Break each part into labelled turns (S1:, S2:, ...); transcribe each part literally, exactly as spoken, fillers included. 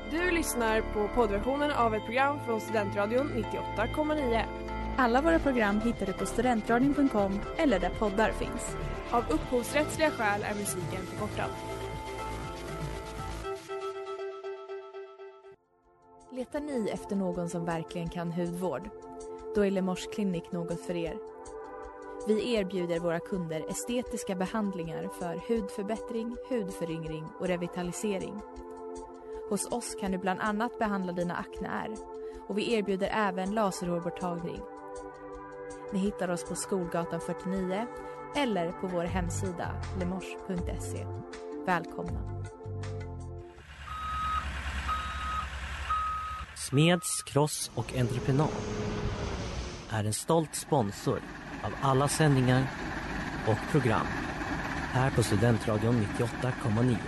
S1: Du lyssnar på poddversionen av ett program från Studentradion nittioåtta komma nio.
S2: Alla våra program hittar du på studentradion punkt com eller där poddar finns.
S1: Av upphovsrättsliga skäl är musiken förkortad.
S3: Letar ni efter någon som verkligen kan hudvård? Då är Lemors klinik något för er. Vi erbjuder våra kunder estetiska behandlingar för hudförbättring, hudföryngring och revitalisering. Hos oss kan du bland annat behandla dina akneär och vi erbjuder även laserhårborttagning. Ni hittar oss på Skolgatan fyrtionio eller på vår hemsida lemors punkt se. Välkomna!
S4: Smeds, Cross och Entreprenad är en stolt sponsor av alla sändningar och program här på Studentradion nittioåtta komma nio.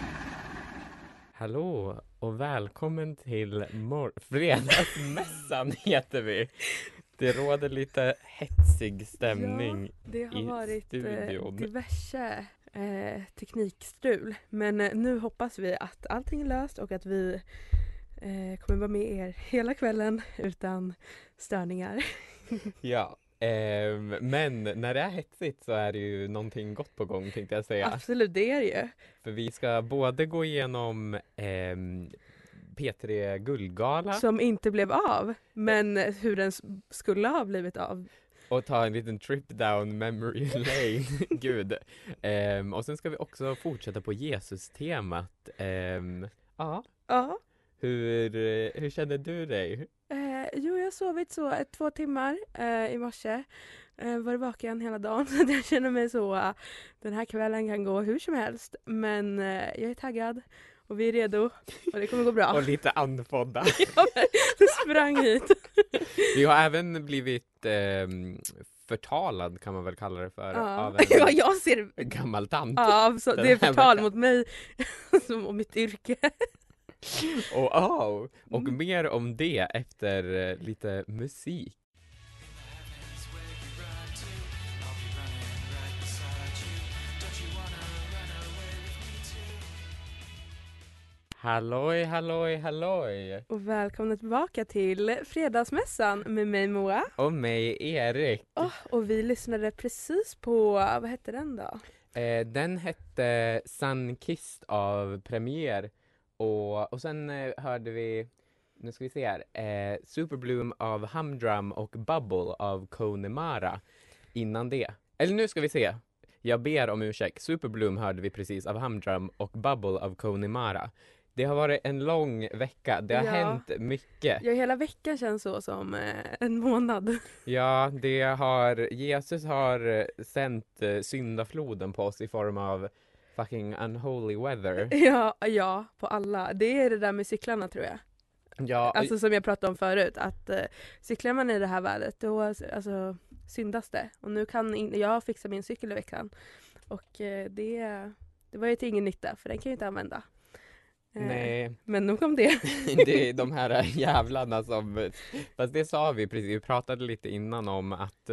S5: Hallå och välkommen till mor- Fredagsmässan heter vi. Det råder lite hetsig stämning.
S1: Ja, det har
S5: i
S1: varit
S5: studion.
S1: eh, diverse eh, teknikstrul. Men eh, nu hoppas vi att allting är löst och att vi eh, kommer vara med er hela kvällen utan störningar.
S5: Ja, eh, men när det är hetsigt så är det ju någonting gott på gång tänkte jag säga.
S1: Absolut, det är det ju.
S5: För vi ska både gå igenom eh, P tre Guldgala
S1: Som inte blev av, men hur den s- skulle ha blivit av.
S5: och ta en liten trip down memory lane. Gud. Eh, och sen ska vi också fortsätta på Jesus-temat. Eh, ja,
S1: Ja.
S5: hur, hur känner du dig?
S1: Eh, jo, jag har sovit så ett, två timmar eh, i morse. Eh, var vaken hela dagen. Så jag känner mig så, uh, den här kvällen kan gå hur som helst. Men eh, jag är taggad och vi är redo och det kommer gå bra.
S5: Och lite andfådda.
S1: Jag sprang hit.
S5: Vi har även blivit eh, förtalad kan man väl kalla det för.
S1: Ja,
S5: Av en
S1: ja jag ser
S5: gammal tant.
S1: av så
S5: Den
S1: det är
S5: här
S1: förtal
S5: veckan.
S1: mot mig som och mitt yrke.
S5: Och, oh, och
S1: Mm.
S5: mer om det efter eh, lite musik. Halloj, halloj, halloj.
S1: Och välkomna tillbaka till Fredagsmässan med mig Moa.
S5: Och mig Erik.
S1: Oh, och vi lyssnade precis på, vad hette den då?
S5: Eh, den hette Sunkissed av Premiere. Och, och sen eh, hörde vi, nu ska vi se här, eh, Superbloom av Humdrum och Bubble av Connemara innan det. Eller nu ska vi se, jag ber om ursäkt. Superbloom hörde vi precis av Humdrum och Bubble av Connemara. Det har varit en lång vecka, det har
S1: Ja.
S5: hänt mycket.
S1: Ja, hela veckan känns så som eh, en månad.
S5: Ja, det har, Jesus har eh, sänt eh, syndafloden på oss i form av fucking unholy weather.
S1: Ja, ja, på alla. Det är det där med cyklarna tror jag.
S5: Ja,
S1: Alltså som jag pratade om förut, att eh, cyklar man i det här vädret då alltså, syndas det. Och nu kan in, jag fixa min cykel i veckan. Och eh, det, det var ju till ingen nytta för den kan jag inte använda. Eh,
S5: nej.
S1: Men nog om det.
S5: Det är de här jävlarna som, fast det sa vi precis, vi pratade lite innan om att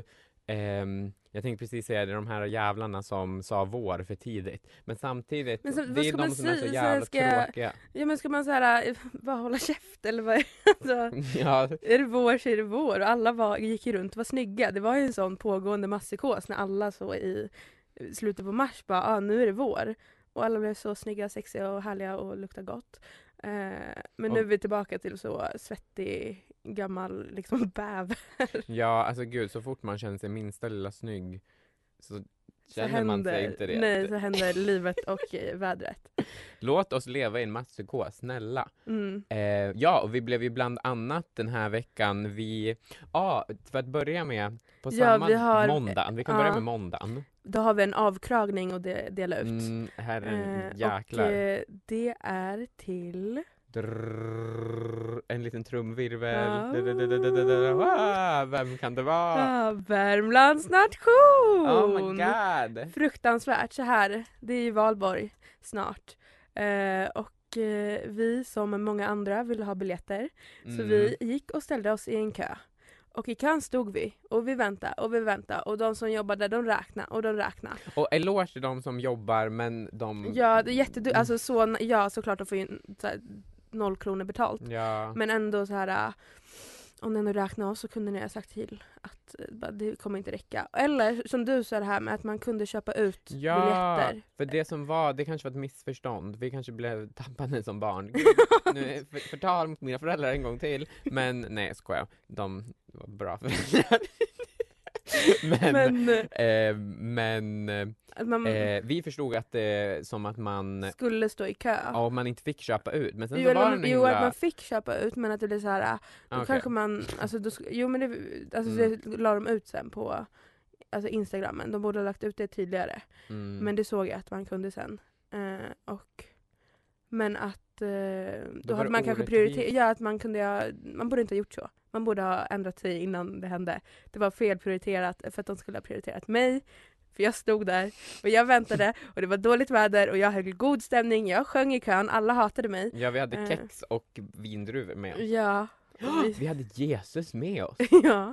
S5: ehm, jag tänkte precis säga det, de här jävlarna som sa vår för tidigt. Men samtidigt,
S1: Men så- vad
S5: det är
S1: ska
S5: de
S1: man
S5: som är så
S1: säga?
S5: jävla
S1: Ska jag-
S5: tråkiga.
S1: Ja men ska man så här, eh, bara hålla käft eller vad? Alltså,
S5: Ja,
S1: är det vår så är det vår. Och alla var, gick ju runt och var snygga. Det var ju en sån pågående masspsykos när alla så i slutet på mars bara, ah, nu är det vår. Och alla blev så snygga, sexiga och härliga och luktade gott. Eh, men nu är
S5: Och-
S1: vi tillbaka till så svettig, gammal liksom bäver.
S5: ja, alltså gud, så fort man känner sig minsta lilla snygg så
S1: Så
S5: känner man sig
S1: händer,
S5: inte det.
S1: nej, så händer livet och eh, vädret.
S5: Låt oss leva i en masspsykos, snälla.
S1: Mm.
S5: Eh, ja, och vi blev ju bland annat den här veckan, vi, ja, för att börja med, på
S1: Ja,
S5: samma
S1: vi har-
S5: måndag, vi kan
S1: ja.
S5: börja med måndagen.
S1: Då har vi en avkragning och de, dela ut.
S5: Mm, herre
S1: Eh,
S5: jäklar.
S1: och eh, det är till...
S5: Drrrr, en liten trumvirvel.
S1: Ah.
S5: Da-da-da-da-da-da. Ah, vem kan det vara?
S1: Ah, Värmlands nation!
S5: Oh my god.
S1: Fruktansvärt så här. Det är ju valborg snart. Eh, och eh, vi som många andra ville ha biljetter. Så
S5: Mm.
S1: vi gick och ställde oss i en kö. Och i kön stod vi och vi väntade och vi väntade och de som jobbade de räknade och de räknade.
S5: Och eloge till de som jobbar men de...
S1: Ja, det är jättedu- alltså så, ja såklart de får ju så här, noll kronor betalt.
S5: Ja.
S1: Men ändå så här, äh, om ni ändå räknar oss så kunde ni ha sagt till att äh, bara, det kommer inte räcka. Eller som du sa det här med att man kunde köpa ut
S5: Ja,
S1: biljetter.
S5: för det som var, det kanske var ett missförstånd. Vi kanske blev tappade som barn. Nu för, förtal mot mina föräldrar en gång till. Men nej, skojar. De var bra föräldrar. men
S1: Men
S5: eh, men
S1: att man
S5: eh, vi förstod att det som att man
S1: skulle stå i kö.
S5: ja, om man inte fick köpa ut. Men sen
S1: Jo,
S5: så
S1: eller
S5: var
S1: om-
S5: den
S1: jo
S5: himla...
S1: att man fick köpa ut, men att det blev så här. Då
S5: Okej.
S1: kanske man, alltså, då, sk- jo men det, alltså,
S5: Mm.
S1: det la de ut sen på alltså Instagrammen. De borde ha lagt ut det tidigare.
S5: Mm.
S1: Men det såg jag att man kunde sen. Eh, och, men att eh, då,
S5: var
S1: hade
S5: det
S1: man kanske
S5: orättvist.
S1: prioriterat, ja att man kunde ha, man borde inte ha gjort så. Man borde ha ändrat sig innan det hände. Det var fel prioriterat för att de skulle ha prioriterat mig. För jag stod där och jag väntade och det var dåligt väder och jag höll god stämning. Jag sjöng i kön, alla hatade mig.
S5: Ja, vi hade
S1: Eh.
S5: kex och vindruvor med oss.
S1: Ja.
S5: Vi hade Jesus med oss.
S1: Ja.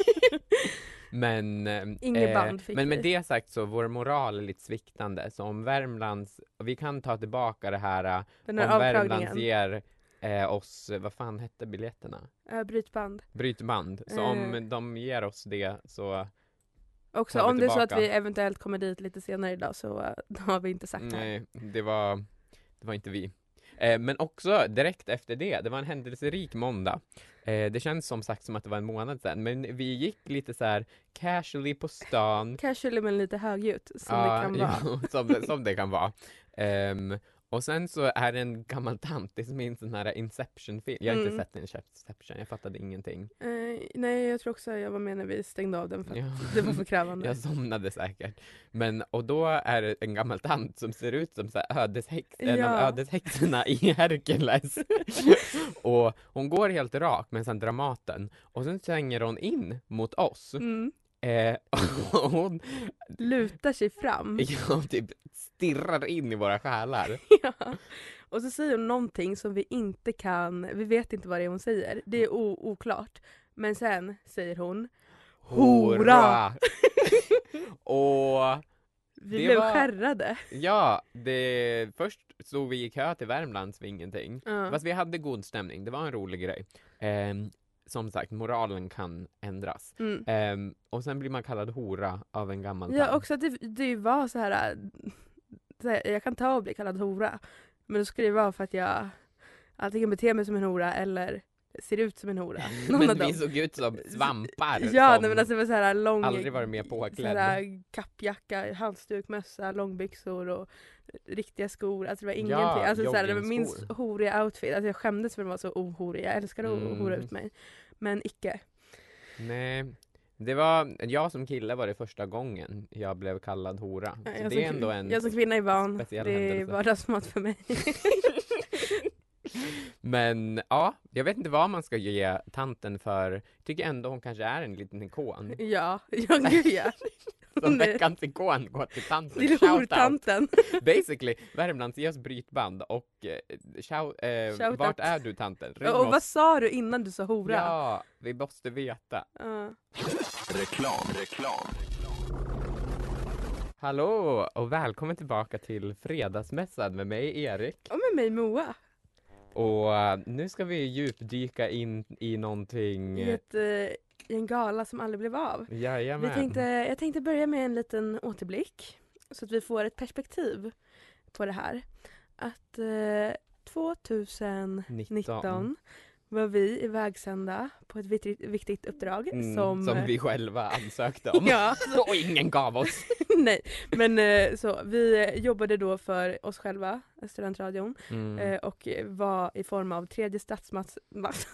S5: Men, eh,
S1: Inget band fick
S5: men med
S1: vi.
S5: det sagt så vår moral är lite sviktande. Så om Värmlands, vi kan ta tillbaka det här eh,
S1: Den
S5: om
S1: här
S5: Värmlands
S1: avtagningen.
S5: ger eh, oss, vad fan hette biljetterna?
S1: Äh, brytband.
S5: Brytband. Så
S1: Eh.
S5: om de ger oss det så
S1: Också
S5: Tar vi
S1: om det är så att
S5: tillbaka.
S1: vi eventuellt kommer dit lite senare idag så uh, har vi inte sagt det här.
S5: nej, det var, det var inte vi. Eh, men också direkt efter det, det var en händelserik måndag. Eh, det känns som sagt som att det var en månad sedan, men vi gick lite så här casually på stan.
S1: Casually men lite högljutt som det kan vara.
S5: jo, som, det, som det kan vara. Ehm, och sen så är det en gammal tant, det är som i en sån här Inception-film. Jag har inte
S1: Mm.
S5: sett en Inception, jag fattade ingenting.
S1: Eh, nej, jag tror också jag var med när vi stängde av den för att
S5: Ja.
S1: det var för krävande.
S5: Jag somnade säkert. Men, och då är det en gammal tant som ser ut som så här ödeshäx, en
S1: Ja.
S5: av ödeshäxorna i Herkules. Och hon går helt rak med en Dramaten. Och sen svänger hon in mot oss.
S1: Mm.
S5: Eh, och hon
S1: Lutar sig fram.
S5: ja, typ stirrar in i våra själar.
S1: Ja. Och så säger hon någonting som vi inte kan, vi vet inte vad det är hon säger. Det är o- oklart. Men sen säger hon Hora!
S5: Och
S1: Vi
S5: Det
S1: blev
S5: var-
S1: skärrade.
S5: ja, det, först stod vi i kö till Värmlands för ingenting.
S1: Ja.
S5: Fast vi hade god stämning, det var en rolig grej. Ehm, som sagt, moralen kan ändras.
S1: Mm.
S5: Ehm, och sen blir man kallad hora av en gammal
S1: Ja,
S5: tant.
S1: också att det, det var så här, äh, så här, jag kan ta och bli kallad hora. Men då ska det vara för att jag antingen beter mig som en hora eller ser ut som en hora. Någon
S5: Men
S1: av
S5: vi
S1: dem.
S5: såg ut som svampar.
S1: Ja,
S5: som
S1: nej, men alltså det var så här lång
S5: aldrig varit mer
S1: så
S5: påklädd.
S1: här, kappjacka, halsduk, mössa, långbyxor och riktiga skor. Alltså det var
S5: Ja,
S1: ingenting. Alltså, så här, det var min
S5: joggingskor.
S1: horiga outfit. Alltså jag skämdes för att den var så ohorig. Jag älskade att
S5: Mm.
S1: hora ut mig. Men icke.
S5: Nej, det var, jag som kille var det första gången jag blev kallad hora. Så
S1: Jag
S5: det
S1: som,
S5: är ändå en
S1: jag som kvinna är van. Det
S5: speciell
S1: är
S5: händelse.
S1: vardagsmat för mig.
S5: Men ja, jag vet inte vad man ska ge tanten för. Jag tycker ändå hon kanske är en liten ikon.
S1: Ja, ja gud ja.
S5: Som
S1: Hon är-
S5: veckans ikon går till tanten.
S1: Till
S5: Shout out.
S1: hortanten.
S5: Basically, Värmlands ge oss brytband och eh, shout, eh,
S1: Shout
S5: vart
S1: out.
S5: är du tanten? Ring
S1: Och
S5: oss.
S1: vad sa du innan du sa hora?
S5: Ja, vi måste veta.
S1: Ja.
S6: Reklam, reklam.
S5: Hallå och välkommen tillbaka till Fredagsmässan med mig Erik.
S1: Och med mig Moa.
S5: Och eh, nu ska vi djupdyka in i någonting.
S1: I, ett, eh, I en gala som aldrig blev av.
S5: Jajamän.
S1: Vi tänkte, jag tänkte börja med en liten återblick. Så att vi får ett perspektiv på det här. Att eh, tjugonitton
S5: nitton.
S1: var vi ivägsända på ett viktigt, viktigt uppdrag.
S5: Mm,
S1: som,
S5: som vi själva ansökte om.
S1: Ja,
S5: Och ingen gav oss.
S1: nej. Men eh, så, vi jobbade då för oss själva, Studentradion.
S5: Mm.
S1: Eh, och var i form av tredje statsmats... ma-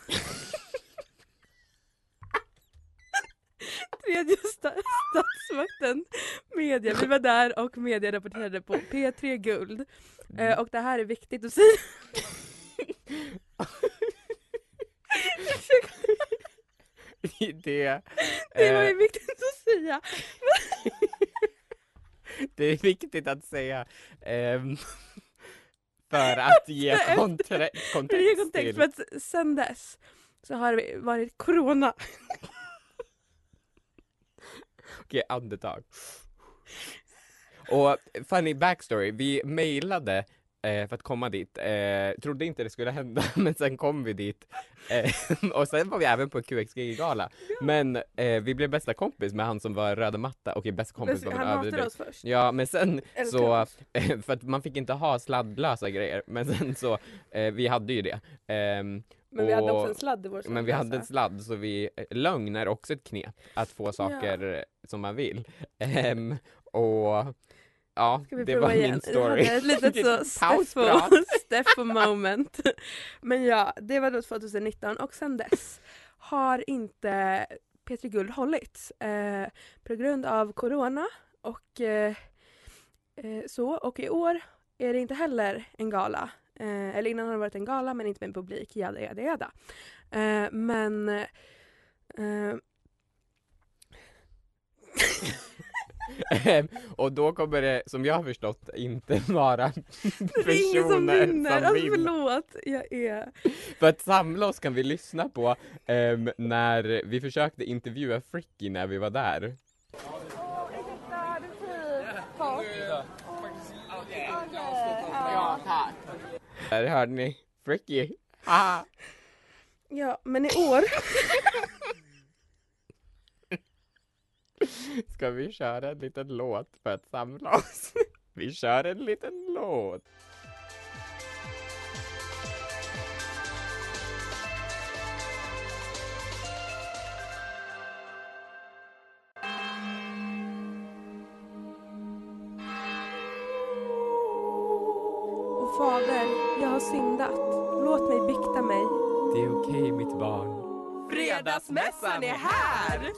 S1: tredje sta- statsmakten media. Vi var där och media rapporterade på P tre Guld. Eh, och det här är viktigt att säga.
S5: det,
S1: Det var ju
S5: eh,
S1: viktigt att säga.
S5: det är viktigt att säga ehm, för att ge
S1: Efter-
S5: kontre-
S1: För att ge
S5: kontext
S1: kontext,
S5: till.
S1: för att sen dess så har det varit corona.
S5: Okej, andetag. Och funny backstory, vi mejlade eh, för att komma dit. Eh, trodde inte det skulle hända, men sen kom vi dit. Eh, och sen var vi även på Q X G-gala. Ja. Men eh, vi blev bästa kompis med han som var röda matta. Okej, bästa kompis var
S1: han hatade oss först.
S5: Ja, men sen
S1: Eller
S5: så, eh, för att man fick inte ha sladdlösa grejer. Men sen så, eh, vi hade ju det. Eh,
S1: Men vi hade också en sladd i vår
S5: Men vi hade en sladd, så vi, lögn är också ett knep att få saker ja. som man vill. Um, och ja, det var igen? min story.
S1: Jag hade ett litet så Steffo, Steffo moment. Men ja, det var då tjugonitton och sen dess har inte P tre Guld hållits eh, på grund av corona och eh, så. Och i år är det inte heller en gala. Eh, eller innan har det varit en gala men inte med en publik, jada jada jada. Eh, men eh,
S5: och då kommer det, som jag har förstått, inte vara personer
S1: som vinner.
S5: som
S1: Alltså,
S5: vinner.
S1: förlåt, jag är...
S5: För att samla oss kan vi lyssna på um, när vi försökte intervjua Fricky när vi var där. Ja, tack. Där hörde ni Fricky. Ah.
S1: Ja, men i år...
S5: Ska vi köra en liten låt för att samla oss? Vi kör en liten låt.
S1: Och fader, jag har syndat. Låt mig bikta mig.
S5: Det är okej, mitt barn.
S1: Fredagsmässan är här!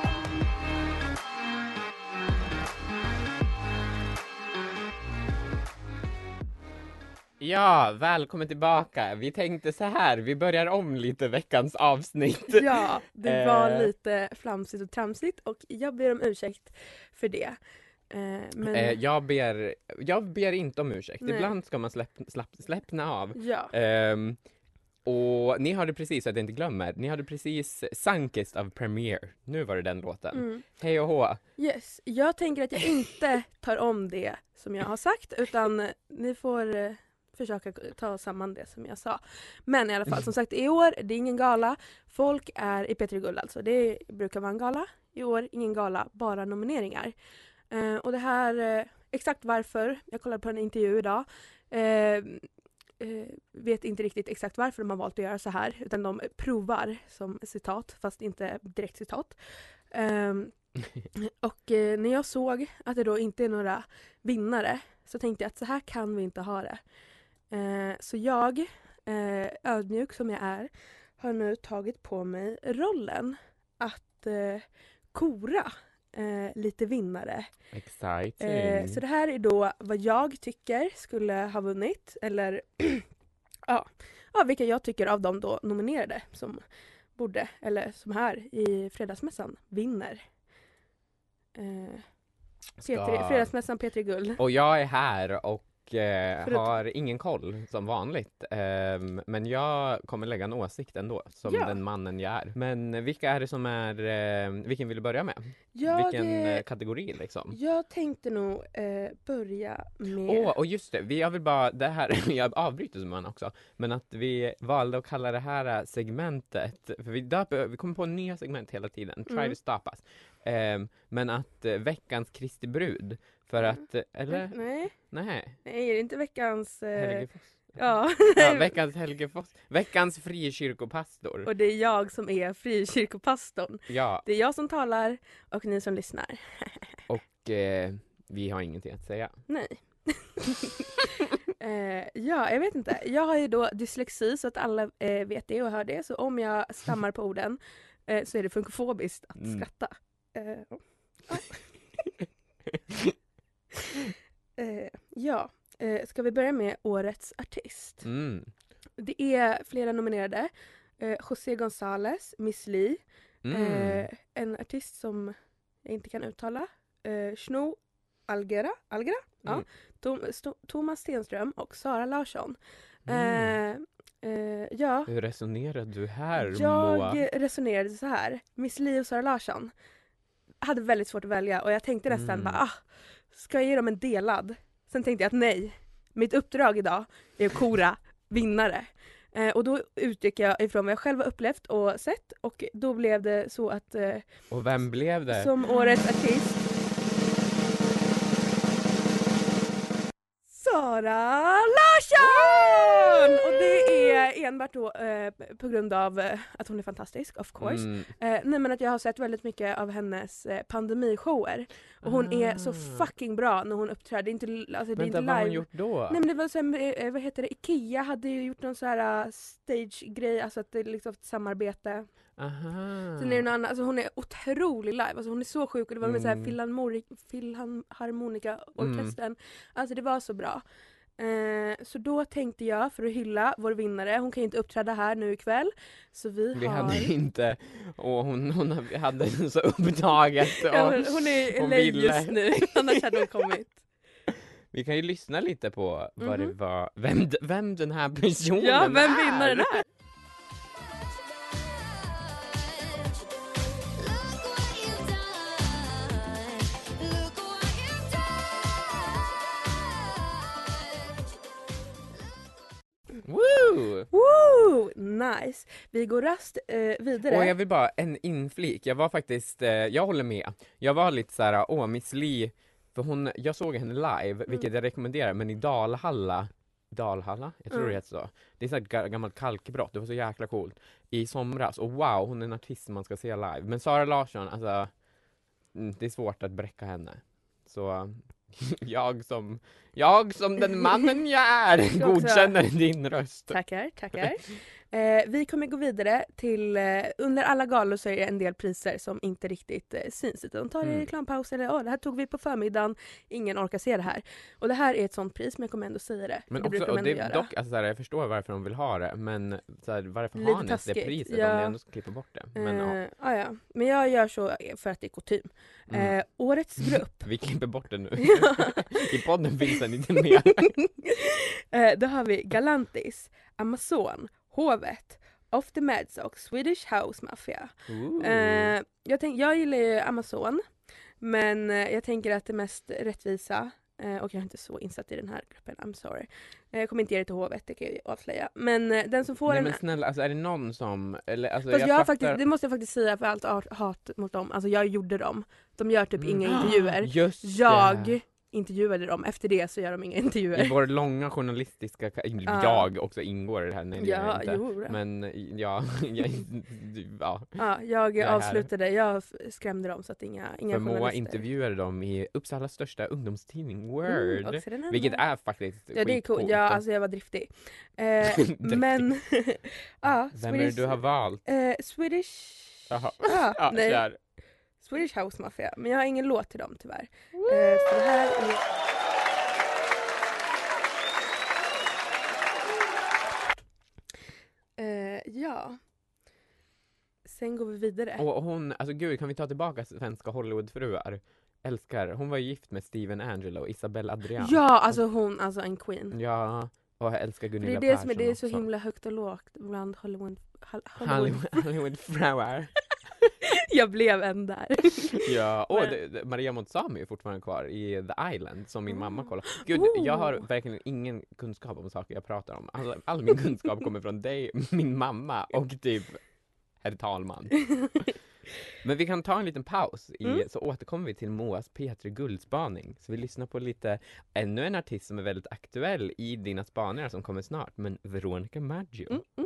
S5: Ja, välkommen tillbaka. Vi tänkte så här, vi börjar om lite veckans avsnitt.
S1: Ja, det var
S5: eh.
S1: lite flamsigt och tramsigt och jag ber om ursäkt för det. Eh, men...
S5: eh, jag, ber, jag ber inte om ursäkt.
S1: Nej.
S5: Ibland ska man släpp, släpp, släppna av.
S1: Ja.
S5: Eh, och ni hörde precis, så att jag inte glömmer, ni hörde precis Sunkist av Premiere. Nu var det den låten.
S1: Mm.
S5: Hej och hå.
S1: Yes, jag tänker att jag inte tar om det som jag har sagt utan ni får eh, försöka ta samman det som jag sa. Men i alla fall, som sagt, i år det är ingen gala. Folk är i P tre Guld alltså. Det brukar vara en gala. I år ingen gala, bara nomineringar. Eh, och det här, eh, exakt varför, jag kollade på en intervju idag. Eh, eh, vet inte riktigt exakt varför de har valt att göra så här. Utan de provar som citat, fast inte direkt citat. Eh, och eh, när jag såg att det då inte är några vinnare så tänkte jag att så här kan vi inte ha det. Eh, så jag, eh, ödmjuk som jag är, har nu tagit på mig rollen att eh, kora eh, lite vinnare.
S5: Exciting.
S1: Eh, så det här är då vad jag tycker skulle ha vunnit. Eller ja, ja, vilka jag tycker av de då nominerade som borde, eller som här i Fredagsmässan vinner. Eh, P tre, Fredagsmässan P tre Guld.
S5: Och jag är här och eh,
S1: För att-
S5: har ingen koll som vanligt. Ehm, men jag kommer lägga en åsikt ändå, som
S1: Ja.
S5: den mannen jag är. Men vilka är det som är, eh, vilken vill du börja med?
S1: Jag,
S5: Vilken
S1: eh,
S5: eh, kategori liksom?
S1: jag tänkte nog eh, börja med...
S5: Åh, och just det, vi jag vill bara, det här, jag avbryter som man också, men att vi valde att kalla det här segmentet, för vi, döper, vi kommer på nya segment hela tiden, try
S1: Mm.
S5: to stop us. Ehm, men att eh, veckans Kristi brud, för
S1: Mm.
S5: att, eh, eller?
S1: Nej,
S5: Nej,
S1: nej, är det inte veckans... Eh,
S5: Helgefoss.
S1: ja,
S5: Ja, veckans Helgefoss. Veckans frikyrkopastor.
S1: och det är jag som är frikyrkopastorn.
S5: Ja,
S1: Det är jag som talar och ni som lyssnar.
S5: och eh, vi har ingenting att säga.
S1: Nej. eh, ja, jag vet inte. Jag har ju då dyslexi så att alla eh, vet det och hör det. Så om jag stammar på orden eh, så är det funkofobiskt att
S5: Mm.
S1: skratta. Eh, ja. eh, ja. Eh, ska vi börja med årets artist?
S5: Mm.
S1: Det är flera nominerade. Eh, José González, Miss Li.
S5: Mm.
S1: Eh, en artist som jag inte kan uttala. Eh, Snow Algera, Algera? Ja.
S5: Mm.
S1: Tom, Sto, Thomas Stenström och Sara Larsson.
S5: Mm.
S1: Eh, eh, ja,
S5: Hur resonerar du här,
S1: jag
S5: Moa?
S1: resonerade så här. Miss Li och Sara Larsson hade väldigt svårt att välja och jag tänkte nästan
S5: Mm.
S1: bara, ah, ska jag ge dem en delad? Sen tänkte jag att nej, mitt uppdrag idag är att kora vinnare. Eh, och då utgick jag ifrån vad jag själv har upplevt och sett. Och då blev det så att... Eh,
S5: Och vem blev det?
S1: som årets artist... Sara Larsson! Och det är enbart då eh, på grund av eh, att hon är fantastisk, of course.
S5: Mm.
S1: Eh, nej men att jag har sett väldigt mycket av hennes eh, pandemishower. Och hon är så fucking bra när hon uppträder. Inte, alltså, det är
S5: Vänta,
S1: inte
S5: vad har hon
S1: live.
S5: gjort då?
S1: Nej men det var så här, eh, vad heter det? Ikea hade ju gjort någon så här uh, stage-grej, alltså att det är liksom ett samarbete.
S5: Aha.
S1: Sen är det någon annan, alltså hon är otrolig live, alltså hon är så sjuk och det var med så här
S5: Mm.
S1: filharmoni- filharmonikaorkestern. Alltså det var så bra. Eh, så då tänkte jag, för att hylla vår vinnare, hon kan ju inte uppträda här nu ikväll. Så vi,
S5: Vi
S1: har...
S5: hade inte, och hon, hon hade så upptaget. Och
S1: Ja, hon, hon är i
S5: hon
S1: L A
S5: ville.
S1: just nu, annars hade hon kommit.
S5: Vi kan ju lyssna lite på vad
S1: Mhm.
S5: det var, vem, vem den här personen
S1: Ja, vem
S5: är.
S1: vinnaren är.
S5: Woo!
S1: Woo! Nice! Vi går rast eh, vidare.
S5: Och jag vill bara, en inflik, jag var faktiskt, eh, jag håller med. Jag var lite såhär, åh Miss Li, för hon, jag såg henne live,
S1: Mm.
S5: vilket jag rekommenderar, men i Dalhalla, Dalhalla, jag tror
S1: Mm.
S5: det heter så. Det är så här ga- gammalt kalkbrott, det var så jäkla coolt. I somras, och wow, hon är en artist som man ska se live. Men Sara Larsson, alltså, mm, det är svårt att bräcka henne. Så jag som, jag som den mannen jag är,
S1: också-
S5: godkänner din röst.
S1: Tackar, tackar. Eh, vi kommer gå vidare till, eh, under alla galor så är det en del priser som inte riktigt eh, syns. Utan de tar det i
S5: Mm.
S1: reklampaus eller åh, det här tog vi på förmiddagen, ingen orkar se det här. Och det här är ett sånt pris, men jag kommer ändå säga det.
S5: Men
S1: det
S5: också,
S1: brukar de
S5: och
S1: ändå
S5: det,
S1: göra.
S5: dock, alltså, så här, jag förstår varför de vill ha det, men så här, varför
S1: Lite
S5: har ni ens det
S1: taskigt,
S5: priset
S1: ja.
S5: om ni ändå ska klippa bort det? Men ja,
S1: eh, ah, ja. Men jag gör så för att det är kutym.
S5: mm.
S1: Eh, årets grupp.
S5: vi klipper bort det nu.
S1: Ja.
S5: I podden finns den inte mer.
S1: eh, då har vi Galantis, Amazon, Hovet, Off the Madsock, Swedish House Mafia.
S5: Ooh.
S1: Eh, jag, tänk, jag gillar ju Amazon, men eh, jag tänker att det mest rättvisa, eh, och jag är inte så insatt i den här gruppen, I'm sorry. Eh, jag kommer inte ge det till Hovet, det kan jag ju avslöja. Men eh, den som får
S5: Nej
S1: en...
S5: men snälla, alltså, är det någon som... Eller, alltså,
S1: Fast jag,
S5: jag
S1: har
S5: fattar...
S1: faktiskt, det måste jag faktiskt säga för allt art- hat mot dem. Alltså jag gjorde dem. De gör typ
S5: Mm.
S1: inga intervjuer.
S5: Just
S1: Jag
S5: det.
S1: intervjuade dem. Efter det så gör de inga
S5: I
S1: intervjuer.
S5: vår långa journalistiska... ka- Jag också ingår i det här, nej det gör
S1: Ja,
S5: jag inte.
S1: jo. då.
S5: Men ja, jag, ja.
S1: Ja, jag
S5: Jag är här.
S1: avslutade, jag f- skrämde dem så att inga, inga
S5: För Moa
S1: journalister.
S5: intervjuade dem i Uppsalas största ungdomstidning Word.
S1: Mm, också den här
S5: Vilket
S1: med.
S5: är faktiskt
S1: Ja, det är
S5: skitcoolt.
S1: coolt. Ja, alltså jag var driftig. Eh, men, ja,
S5: Vem är det du har valt?
S1: Eh, Swedish...
S5: Jaha.
S1: Ah,
S5: Ja,
S1: nej,
S5: kör.
S1: Swedish House Mafia. Men jag har ingen låt till dem tyvärr. Eh, för det här är... Eh, ja. Sen går vi vidare.
S5: Och hon, alltså gud, kan vi ta tillbaka svenska Hollywoodfruar? Älskar, hon var ju gift med Steven Angelo, Isabelle Adrian.
S1: Ja, alltså hon, alltså en queen.
S5: Ja, och jag älskar
S1: För det
S5: Gunilla
S1: är det
S5: Persson
S1: som är, det är så
S5: också.
S1: himla högt och lågt bland Hollywood. Hol- Hollywood.
S5: Hollywood, Hollywoodfruar.
S1: Jag blev en där.
S5: Ja, och
S1: Men-
S5: det, det, Maria Montazami är fortfarande kvar i The Island som min mamma
S1: Ah.
S5: kollar. Gud,
S1: Oh.
S5: jag har verkligen ingen kunskap om saker jag pratar om. Alltså, all min kunskap kommer från dig, min mamma och typ herr talman. Men vi kan ta en liten paus i,
S1: Mm.
S5: så återkommer vi till Moas P tre Guldspaning. Så vi lyssnar på lite, ännu en artist som är väldigt aktuell i dina spaningar som kommer snart, men Veronica Maggio.
S1: Mm, mm.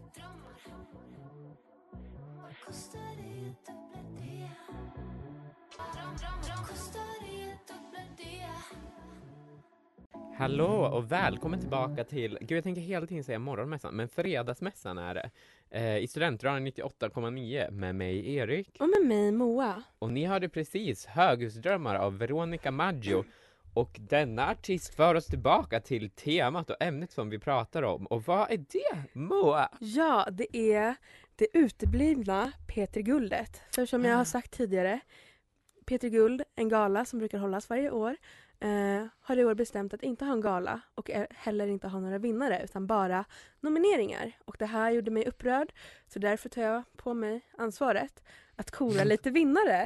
S5: Hallå och välkommen tillbaka till, gud jag tänker hela tiden säga morgonmässan, men fredagsmässan är det. Eh, I Studentradion nittioåtta komma nio med mig Erik.
S1: Och med mig Moa.
S5: Och ni hörde precis Höghusdrömmar av Veronica Maggio. Och denna artist för oss tillbaka till temat och ämnet som vi pratar om. Och vad är det, Moa?
S1: Ja, det är det uteblivna P tre Guldet. För som jag har sagt tidigare, P tre Guld, en gala som brukar hållas varje år, eh, har i år bestämt att inte ha en gala och är heller inte ha några vinnare utan bara nomineringar. Och det här gjorde mig upprörd, så därför tar jag på mig ansvaret att kora lite vinnare.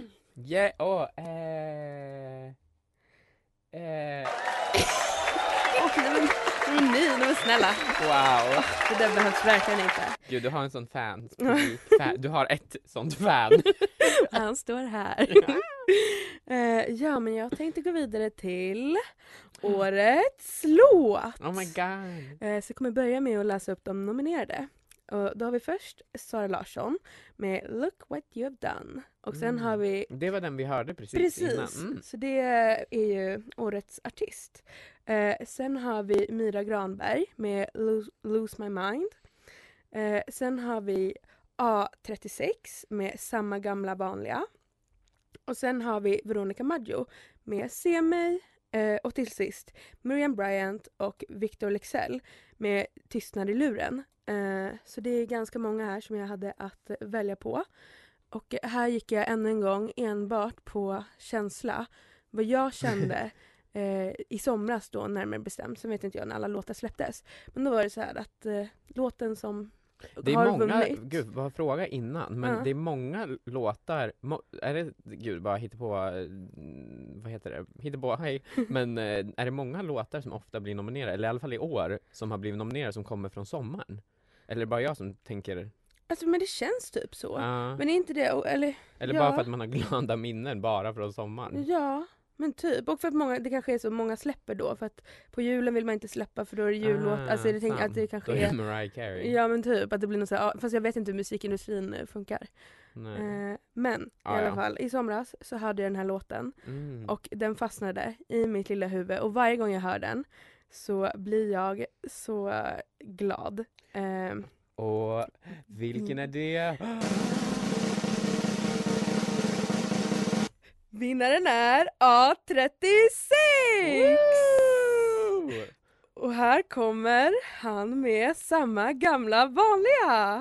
S5: Ja, åh, eh... Eh...
S1: Nej men, nej, nej men snälla.
S5: Wow.
S1: Det där behövs verkligen inte.
S5: Gud, du har en sån fan. Du har ett sånt fan.
S1: Han står här. uh, ja, men jag tänkte gå vidare till årets låt.
S5: Oh my god.
S1: Uh, så jag kommer börja med att läsa upp de nominerade. Och då har vi först Sara Larsson med Look What You Have Done. Och sen
S5: Mm.
S1: har vi...
S5: Det var den vi hörde precis,
S1: Precis,
S5: innan. Mm.
S1: så det är ju årets artist. Uh, sen har vi Myra Granberg med Lose, Lose My Mind. Uh, sen har vi A trettiosex med Samma gamla vanliga. Och sen har vi Veronica Maggio med Se mig. Eh, och till sist Miriam Bryant och Victor Lexell med Tystnad i luren. Eh, så det är ganska många här som jag hade att välja på. Och här gick jag än en gång enbart på känsla. Vad jag kände eh, i somras då, närmare bestämt. Sen vet inte jag när alla låtar släpptes. Men då var det så här att eh, låten som
S5: Det är
S1: har
S5: många,
S1: vunnit.
S5: gud vad fråga innan, men
S1: Ja.
S5: det är många låtar, må, är det, gud bara hitta på, vad heter det, hitta på, hej, men eh, är det många låtar som ofta blir nominerade, eller i alla fall i år, som har blivit nominerade som kommer från sommaren? Eller är det bara jag som tänker,
S1: Alltså men det känns typ så.
S5: ja.
S1: Men är inte det, eller
S5: eller
S1: ja.
S5: bara för att man har glada minnen bara från sommaren?
S1: Ja, men typ. Och för att många, det kanske är så många släpper då. För att på julen vill man inte släppa för då är det jullåt.
S5: Ah,
S1: alltså jag tänker
S5: sant.
S1: att det kanske
S5: Då är det
S1: är...
S5: Mariah Carey.
S1: Ja men typ, att det blir något så här, ja, fast jag vet inte hur musikindustrin eh, funkar.
S5: Nej.
S1: Eh, men
S5: Ah,
S1: i alla
S5: ja.
S1: fall, i somras så hörde jag den här låten.
S5: Mm.
S1: Och den fastnade i mitt lilla huvud. Och varje gång jag hör den så blir jag så eh, glad. Eh,
S5: Och vilken är det?
S1: vinnaren är A trettiosex!
S5: Woo!
S1: Och här kommer han med Samma gamla vanliga.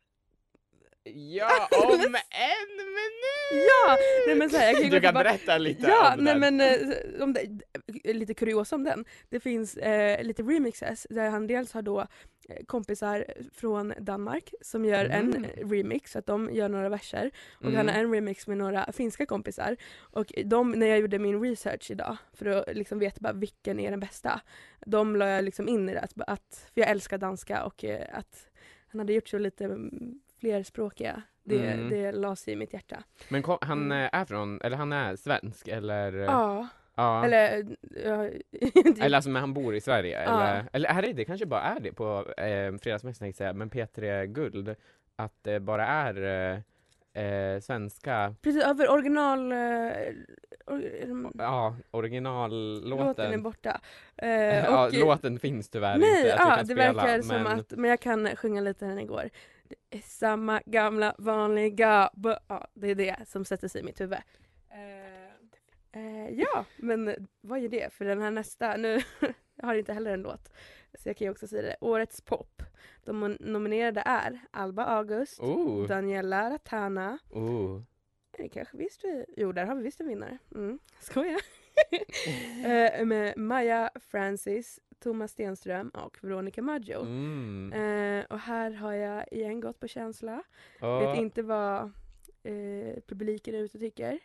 S5: Ja, om en minut!
S1: Ja, nej men så här, jag kan ju
S5: Du
S1: gå
S5: kan
S1: tillbaka-
S5: berätta lite
S1: Ja,
S5: om
S1: nej
S5: den.
S1: men eh, om det, lite kuriosa om den. Det finns eh, lite remixes där han dels har då eh, kompisar från Danmark som gör
S5: Mm.
S1: en remix, så att de gör några verser. Och
S5: Mm.
S1: han har en remix med några finska kompisar. Och de, när jag gjorde min research idag för att liksom veta bara vilken är den bästa, de la jag liksom in i det. Att, att, för jag älskar danska och eh, att han hade gjort så lite mm, flerspråkiga. Det,
S5: Mm.
S1: det la sig i mitt hjärta.
S5: Men kom, han
S1: Mm.
S5: eh, är från, eller han är svensk, eller?
S1: Ja,
S5: Ja.
S1: eller... Ja,
S5: Eller alltså, men han bor i Sverige,
S1: Ja.
S5: eller? Eller är det, det kanske bara är det på eh, fredagsmässan, tänkte jag säga, men P tre Guld, att det bara är eh, eh, svenska,
S1: precis, över original... eh, or,
S5: ja, originallåten.
S1: låten är borta. Eh,
S5: Ja,
S1: och,
S5: låten finns tyvärr
S1: nej,
S5: inte att vi
S1: ja,
S5: kan
S1: det
S5: spela,
S1: verkar
S5: men...
S1: som att... Men jag kan sjunga lite den igår. Det är samma gamla vanliga... b- Ja, det är det som sätter sig i mitt huvud. Eh, eh, ja, men vad är det? För den här nästa... Nu jag har inte heller en låt. Så jag kan ju också säga det. Årets pop. De mon- nominerade är Alba August,
S5: Oh,
S1: Daniela Ratana.
S5: oh.
S1: Det kanske visst vi... Jo, där har vi visst en vinnare. Mm. Skojar. eh, med Maja Francis, Thomas Stenström och Veronica Maggio.
S5: Mm.
S1: Eh, och här har jag igen gått på känsla.
S5: Oh.
S1: Vet inte vad eh, publiken är ute och tycker.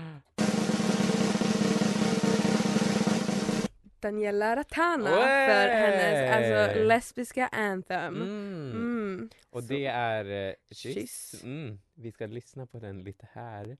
S1: Daniela Ratana
S5: Oj!
S1: för hennes alltså, lesbiska anthem.
S5: Mm.
S1: Mm.
S5: Och
S1: Så.
S5: det är eh, Kyss.
S1: Kyss.
S5: Mm. Vi ska lyssna på den lite här.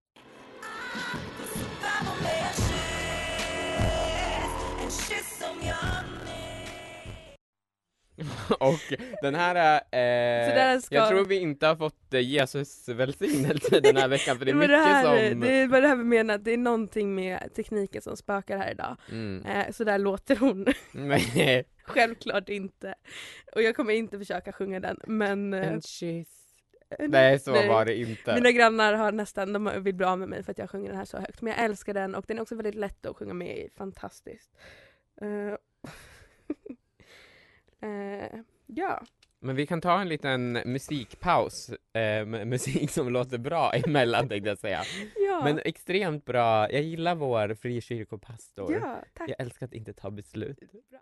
S5: Och den här är,
S1: Så där ska-
S5: jag tror vi inte har fått eh, Jesus välsignelse den här veckan, för det är
S1: Men
S5: mycket
S1: det, här,
S5: som...
S1: det är bara det här vi menar, att det är någonting med tekniken som spökar här idag.
S5: Mm.
S1: Eh, så där låter hon.
S5: Nej,
S1: Självklart inte. Och jag kommer inte försöka sjunga den, men... eh,
S5: en kyss.
S1: eh,
S5: Nej, så
S1: nej.
S5: var det inte.
S1: Mina grannar har nästan, de vill bli av med mig för att jag sjunger den här så högt. Men jag älskar den och den är också väldigt lätt att sjunga med i. Fantastiskt. Eh, eh, ja.
S5: Men vi kan ta en liten musikpaus, eh, med musik som låter bra emellan, tänkte jag säga.
S1: Ja.
S5: Men extremt bra, jag gillar vår frikyrkopastor.
S1: ja, tack.
S5: Jag älskar att inte ta beslut.
S1: Bra.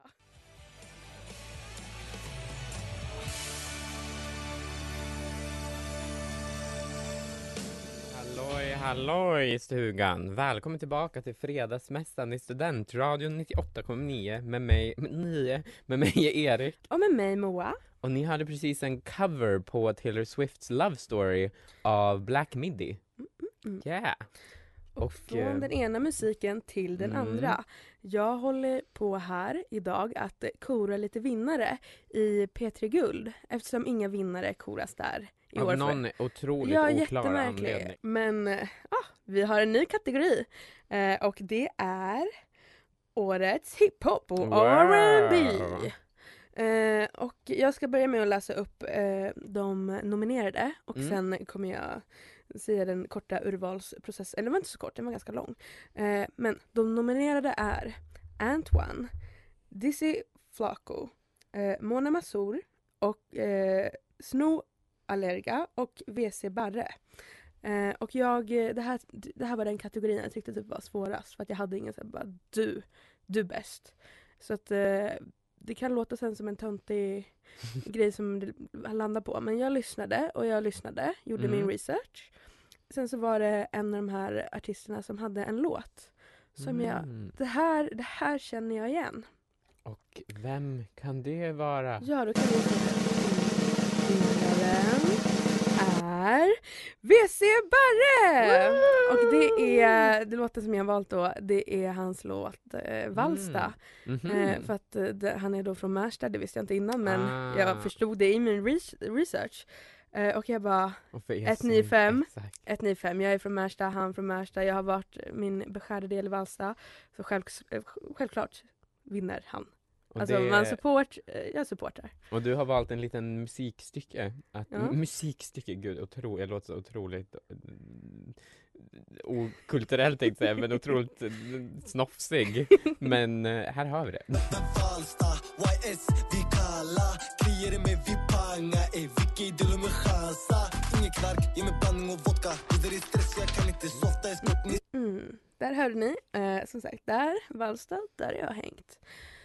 S5: Halloj, Hallå i stugan! Välkommen tillbaka till fredagsmässan i Studentradion nittioåtta komma nio med mig, nio, med mig Erik.
S1: Och med mig Moa.
S5: Och ni hade precis en cover på Taylor Swifts Love Story av Black Midi.
S1: Mm.
S5: Yeah!
S1: Och,
S5: Och,
S1: från
S5: eh,
S1: den ena musiken till den
S5: mm.
S1: andra. Jag håller på här idag att kora lite vinnare i P tre Guld. Eftersom inga vinnare koras där i år.
S5: Av någon
S1: för.
S5: otroligt
S1: Ja,
S5: oklar
S1: jättemärklig.
S5: anledning.
S1: Men eh, ah, vi har en ny kategori. Eh, och det är årets hiphop och
S5: Wow.
S1: R and B. Eh, och jag ska börja med att läsa upp eh, de nominerade. Och
S5: Mm.
S1: sen kommer jag säga den korta urvalsprocessen. Eller det var inte så kort, den var ganska lång. Eh, men de nominerade är Antoine, Dizzy Flaco, eh, Mona Massour och eh, Snow Allerga och V C Barre. Eh, och jag, det här, det här var den kategorin jag tyckte typ var svårast. För att jag hade ingen så här, bara du, du bäst. Så att eh, det kan låta sen som en töntig grej som det landar på. Men jag lyssnade och jag lyssnade, gjorde
S5: Mm.
S1: min research. Sen så var det en av de här artisterna som hade en låt. Som jag,
S5: Mm.
S1: det här, det här känner jag igen.
S5: Och vem kan det vara?
S1: Ja, då kan vi se det. Vinnaren är V C Barre! Och det är, det låten som jag har valt då, det är hans låt eh, Valsta.
S5: Mhm.
S1: Eh, för att eh, det, han är då från Märsta, det visste jag inte innan, men
S5: Ah.
S1: jag förstod det i min res- research. Eh, och jag bara,
S5: Och för er
S1: ett
S5: som-
S1: nio fem.
S5: Exakt.
S1: ett nio fem, jag är från Märsta, han från Märsta, jag har varit min beskärda del i Valsta. Så själv, eh, självklart vinner han.
S5: Och,
S1: Alltså
S5: det-
S1: man support, eh, jag supportar.
S5: och du har valt en liten musikstycke. Att,
S1: Ja.
S5: Musikstycke, gud, otro, jag låter så otroligt mm, okulturellt tänkte jag säga, men otroligt eh, snofsig. Men eh, här har vi det.
S7: Valsta, Y S, vi kalla Kriger med vi panga, ey vilka idyll med chansa. Ingen knark, ge mig blandning och vodka. Det är stress, jag kan inte softa, jag spott ni.
S1: Mm. Där hörde ni, eh, som sagt, där, Valsta, där har jag hängt.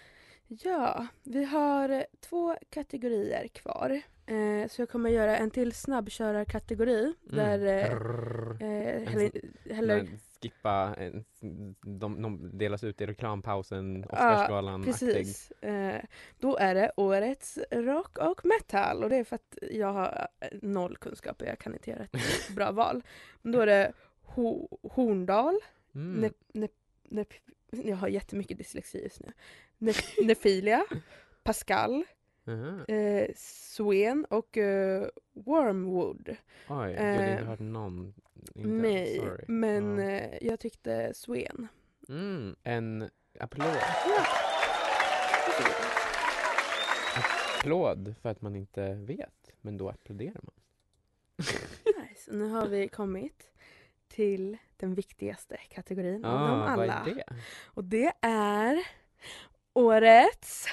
S1: Ja, vi har eh, två kategorier kvar. Eh, så jag kommer göra en till snabbkörarkategori. Där eh,
S5: Brrr.
S1: eh, heller, heller,
S5: Men skippa, eh, de, de delas ut i reklampausen, Oscarsgalan.
S1: precis. Eh, då är det årets rock och metal. Och det är för att jag har eh, noll kunskap och jag kan inte göra ett bra val. Men då är det Ho- Horndal.
S5: Mm.
S1: Ne, ne, ne, jag har jättemycket dyslexi just nu. Ne, Nefilia, Pascal,
S5: Aha.
S1: eh, Swen och eh, Wormwood.
S5: Oj, gud, jag har inte
S1: eh,
S5: hört någon. Inte,
S1: Mig.
S5: sorry.
S1: Men
S5: Ja.
S1: eh, jag tyckte Swen.
S5: Mm, en applåd.
S1: Ja.
S5: Applåd för att man inte vet, men då applåderar man.
S1: Nice. Och nu har vi kommit till den viktigaste kategorin av dem
S5: Ah,
S1: alla.
S5: vad är det?
S1: Och det är årets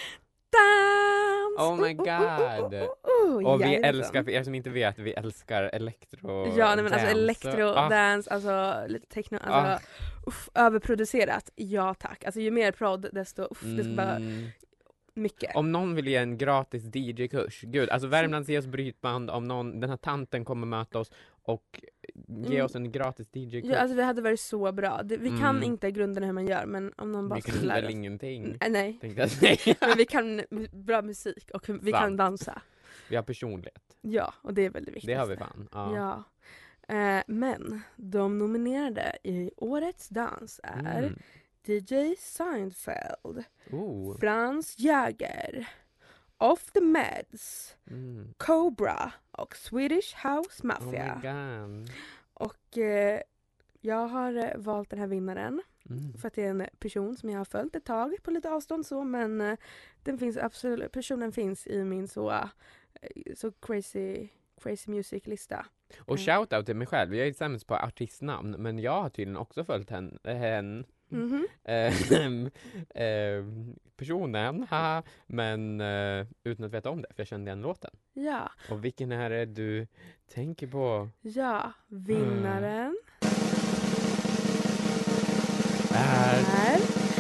S1: dans!
S5: Oh my
S1: Oh, oh,
S5: god.
S1: oh, oh, oh.
S5: Och vi
S1: Jajamensan.
S5: älskar, för er som inte vet, vi älskar elektro.
S1: Ja, nej, men alltså
S5: dance.
S1: elektro,
S5: Ah,
S1: dance, alltså lite techno, alltså uff, överproducerat. Ja tack. Alltså ju mer prod desto uff, det ska bara
S5: mm.
S1: mycket.
S5: Om någon vill ge en gratis D J-kurs, gud, alltså Värmlands Ge oss brytband, om någon, den här tanten kommer möta oss och ge
S1: Mm.
S5: oss en gratis D J-kurs.
S1: Ja, alltså det hade varit så bra. Det, vi kan
S5: Mm.
S1: inte grunderna hur man gör, men om någon bara
S5: vi
S1: skulle
S5: kan
S1: lära
S5: väl
S1: oss.
S5: ingenting,
S1: Nej, nej.
S5: tänkte jag säga.
S1: Men vi kan mu- bra musik och vi kan
S5: Sant.
S1: dansa.
S5: Vi har personlighet,
S1: Ja, och det är väldigt viktigt.
S5: det har vi fan. Ja.
S1: Ja. Eh, men de nominerade i årets dans är
S5: Mm.
S1: D J Seinfeld,
S5: Oh.
S1: Franz Jäger, Off the Meds,
S5: Mm.
S1: Cobra och Swedish House
S5: Oh
S1: Mafia.
S5: my god.
S1: Och eh, jag har eh, valt den här vinnaren
S5: Mm.
S1: för att det är en person som jag har följt ett tag på lite avstånd så, men eh, den finns absolut, personen finns i min så, eh, så crazy, crazy music-lista.
S5: Och
S1: Mm.
S5: shoutout till mig själv, jag är sämst på artistnamn, men jag har tydligen också följt hen, hen
S1: Mhm.
S5: ehm, ehm, personen, haha, men eh, utan att veta om det, för jag kände igen låten.
S1: Ja,
S5: Och vilken är det du tänker på?
S1: ja, vinnaren
S5: Är
S1: är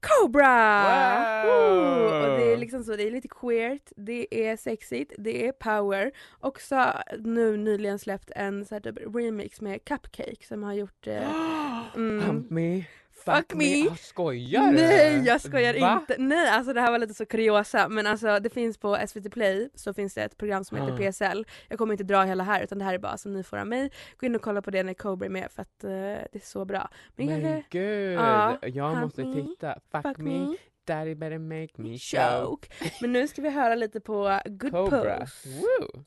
S1: Cobra!
S5: Wow!
S1: Ooh, och det är liksom så, det är lite queert, det är sexigt, det är power. Också nu nyligen släppt en så här typ remix med Cupcake som har gjort... Eh, mm,
S5: Hump me,
S1: Fuck
S5: fuck me.
S1: me.
S5: Ah, skojar du?
S1: Nej, jag skojar
S5: Va?
S1: inte. Nej, alltså det här var lite så kuriosa. Men alltså det finns på S V T Play, så finns det ett program som heter
S5: Ah.
S1: P S L. Jag kommer inte dra hela här, utan det här är bara som ni får av mig. Gå in och kolla på det när Cobra är med, för att uh, det är så bra. Men,
S5: Men
S1: kanske,
S5: gud,
S1: Ja,
S5: jag
S1: hump
S5: måste
S1: me,
S5: titta. Fuck,
S1: fuck
S5: me.
S1: me,
S5: Daddy better make me choke.
S1: choke. Men nu ska vi höra lite på Good
S5: Cobra.
S1: Pose.
S5: Woo.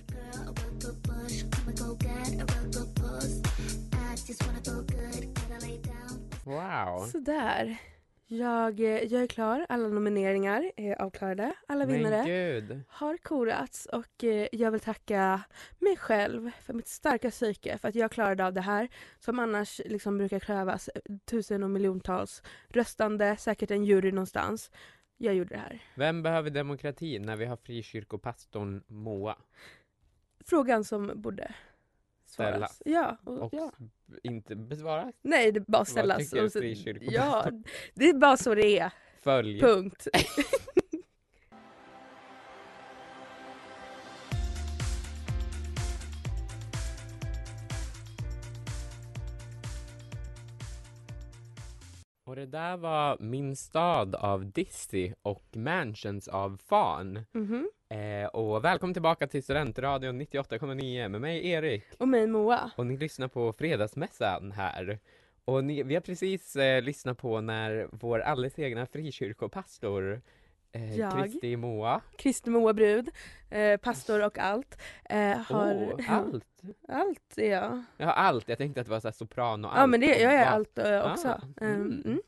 S5: Wow.
S1: Sådär. Jag, eh, jag är klar. Alla nomineringar är avklarade. Alla vinnare
S5: Men gud.
S1: har korats, och eh, jag vill tacka mig själv för mitt starka psyke, för att jag klarade av det här som annars liksom brukar krävas tusen och miljontals röstande, säkert en jury någonstans. Jag gjorde det här.
S5: Vem behöver demokrati när vi har frikyrkopastorn Moa?
S1: Frågan som borde svaras.
S5: Ställas.
S1: Ja, och,
S5: Och
S1: ja.
S5: s- inte besvaras?
S1: Nej, det är bara
S5: Vad
S1: ställas.
S5: tycker
S1: Och så,
S5: frikyrkopastorn?
S1: ja, det är bara så det är.
S5: Följ.
S1: Punkt.
S5: Och det där var Min stad av Dizzy och Mansions av Fan.
S1: Mhm.
S5: Eh, och välkommen tillbaka till Studentradion nittioåtta komma nio med mig Erik.
S1: Och mig Moa.
S5: Och ni lyssnar på Fredagsmässan här. Och ni, vi har precis eh, lyssnat på när vår alldeles egna frikyrkopastor eh,
S1: Jag.
S5: Kristi Moa.
S1: Kristi Moa Brud, eh, pastor och allt. Eh, har
S5: Åh, allt.
S1: allt är jag.
S5: Jag har allt. Jag tänkte att det var så här sopran och allt.
S1: Ja, men det, jag är
S5: Va?
S1: allt eh, också.
S5: Ah,
S1: Ehm,
S5: mm.
S1: mm.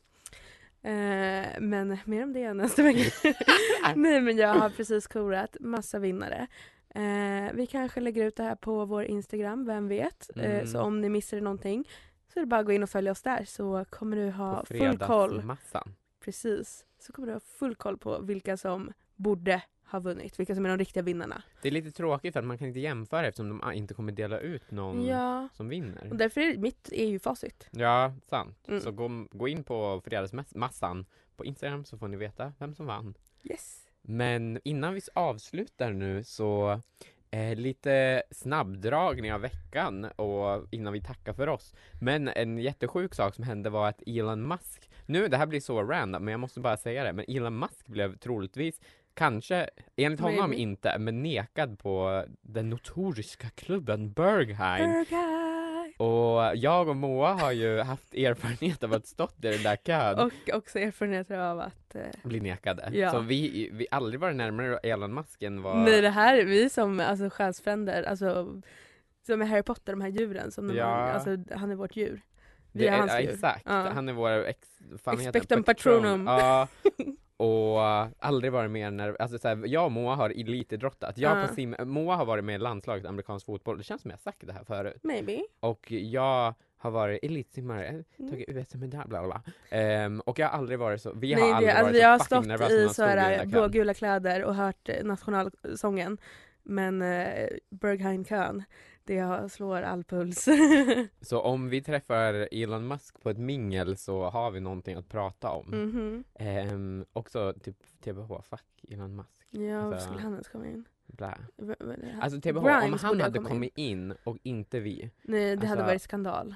S1: Eh, men mer om det nästa vecka. Nej, men jag har precis korat massa vinnare. Eh, vi kanske lägger ut det här på vår Instagram, vem vet. Eh,
S5: Mm.
S1: så om ni missar någonting så är det bara att gå in och följa oss där, så kommer du ha
S5: På
S1: full koll.
S5: fredagsmassan.
S1: Precis. Så kommer du ha full koll på vilka som borde ha vunnit, vilka som är de riktiga vinnarna.
S5: Det är lite tråkigt för att man kan inte jämföra eftersom de inte kommer dela ut någon
S1: Ja,
S5: som vinner.
S1: och därför är mitt är ju facit.
S5: Ja, sant.
S1: Mm.
S5: Så gå, gå in på fredagsmassan på Instagram så får ni veta vem som vann.
S1: Yes.
S5: Men innan vi avslutar nu så eh, lite snabbdragning av veckan och innan vi tackar för oss. Men en jättesjuk sak som hände var att Elon Musk, nu det här blir så random men jag måste bara säga det, men Elon Musk blev troligtvis, kanske enligt honom
S1: Maybe.
S5: inte, men nekad på den notoriska klubben Berghain.
S1: Burger.
S5: Och jag och Moa har ju haft erfarenhet av att stått i den där kön
S1: Och också erfarenheter av att... Eh,
S5: bli nekade.
S1: Ja.
S5: Så vi, vi aldrig varit närmare Elon Musk än vad...
S1: Nej, det här är vi som alltså, själsfränder, alltså som är Harry Potter, de här djuren. Som de
S5: Ja.
S1: har, alltså, han är vårt djur. Vi
S5: Det
S1: är
S5: är,
S1: hans
S5: ja,
S1: djur.
S5: exakt.
S1: Ja.
S5: Han är vår ex, fan heter
S1: Expectum
S5: det? Patron.
S1: patronum.
S5: Ja. Och uh, aldrig varit mer när, alltså såhär, jag och Moa har elitidrottat. Jag
S1: Ja.
S5: på sim, Moa har varit med i landslaget amerikansk fotboll. Det känns som jag har sagt det här förut.
S1: Maybe.
S5: Och jag har varit elitsimmare, tagit U S-medalj, bla bla bla. Ehm, och jag har aldrig varit så, vi har
S1: Nej,
S5: aldrig
S1: det, alltså,
S5: varit
S1: vi
S5: så
S1: har
S5: fucking
S1: stått
S5: nervösa när
S1: i
S5: man
S1: så
S5: stod i den
S1: här
S5: där kön.
S1: blågula kläder och hört eh, nationalsången. Men eh, Berghain-kön, det har, slår all puls.
S5: Så om vi träffar Elon Musk på ett mingel så har vi någonting att prata om.
S1: Mhm.
S5: Ehm, också typ T B H, fuck Elon Musk.
S1: Ja, varför
S5: Alltså,
S1: skulle han ens komma in?
S5: Blä.
S1: V- v-
S5: Alltså T B H, om
S1: Grimes
S5: han
S1: borde
S5: hade
S1: komma
S5: kommit in. och inte vi.
S1: Nej, det hade
S5: alltså-
S1: varit skandal.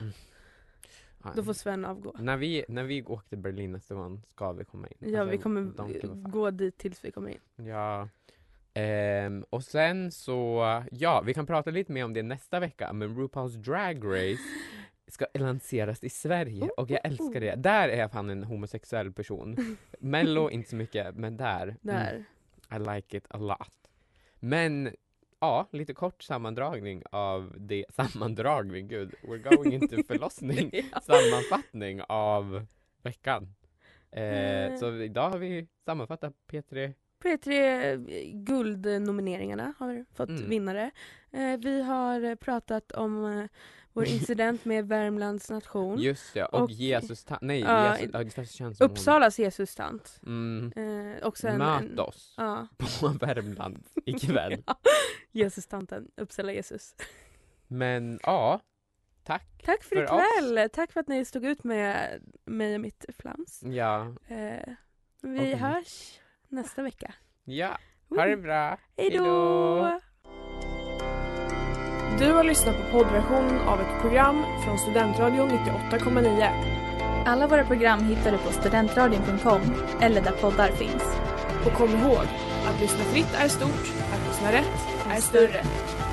S5: Ja,
S1: Då får Sven avgå.
S5: när, vi, när vi åkte till Berlin nästa gång ska vi komma in.
S1: Ja,
S5: Alltså,
S1: vi kommer
S5: don't give a fuck.
S1: gå dit tills vi kommer in.
S5: Ja. Ehm, och sen så, ja, vi kan prata lite mer om det nästa vecka. Men RuPaul's Drag Race ska lanseras i Sverige och jag älskar det. Där är jag fan en homosexuell person. Mello inte så mycket, men där.
S1: Där.
S5: Mm, I like it a lot. Men ja, lite kort sammandragning av det. Sammandragning, gud. We're going into förlossning.
S1: Ja.
S5: Sammanfattning av veckan. Eh,
S1: Mm.
S5: så idag har vi sammanfattat P tre.
S1: P tre guldnomineringarna har fått
S5: Mm.
S1: vinnare. Eh, vi har pratat om eh, vår incident med Värmlands nation.
S5: Just ja, och,
S1: Och-
S5: Jesus ta- nej,
S1: Ja,
S5: Jesus, ja, det känns som hon-
S1: Uppsalas Jesus-tant.
S5: Mm,
S1: Eh, också en,
S5: möt
S1: en,
S5: oss
S1: ja,
S5: på Värmland ikväll.
S1: Jesus-tanten. Uppsala Jesus.
S5: Men ja, tack.
S1: Tack för,
S5: för
S1: ikväll. Tack för att ni stod ut med mig och mitt flams.
S5: Ja.
S1: Eh, vi
S5: Okej.
S1: hörs nästa vecka.
S5: Ja, ha det bra.
S1: Hej då!
S8: Du har lyssnat på poddversion av ett program från Studentradion nittioåtta komma nio.
S2: Alla våra program hittar du på studentradion punkt com eller där poddar finns.
S8: Och kom ihåg, att lyssna fritt är stort, att lyssna rätt är större.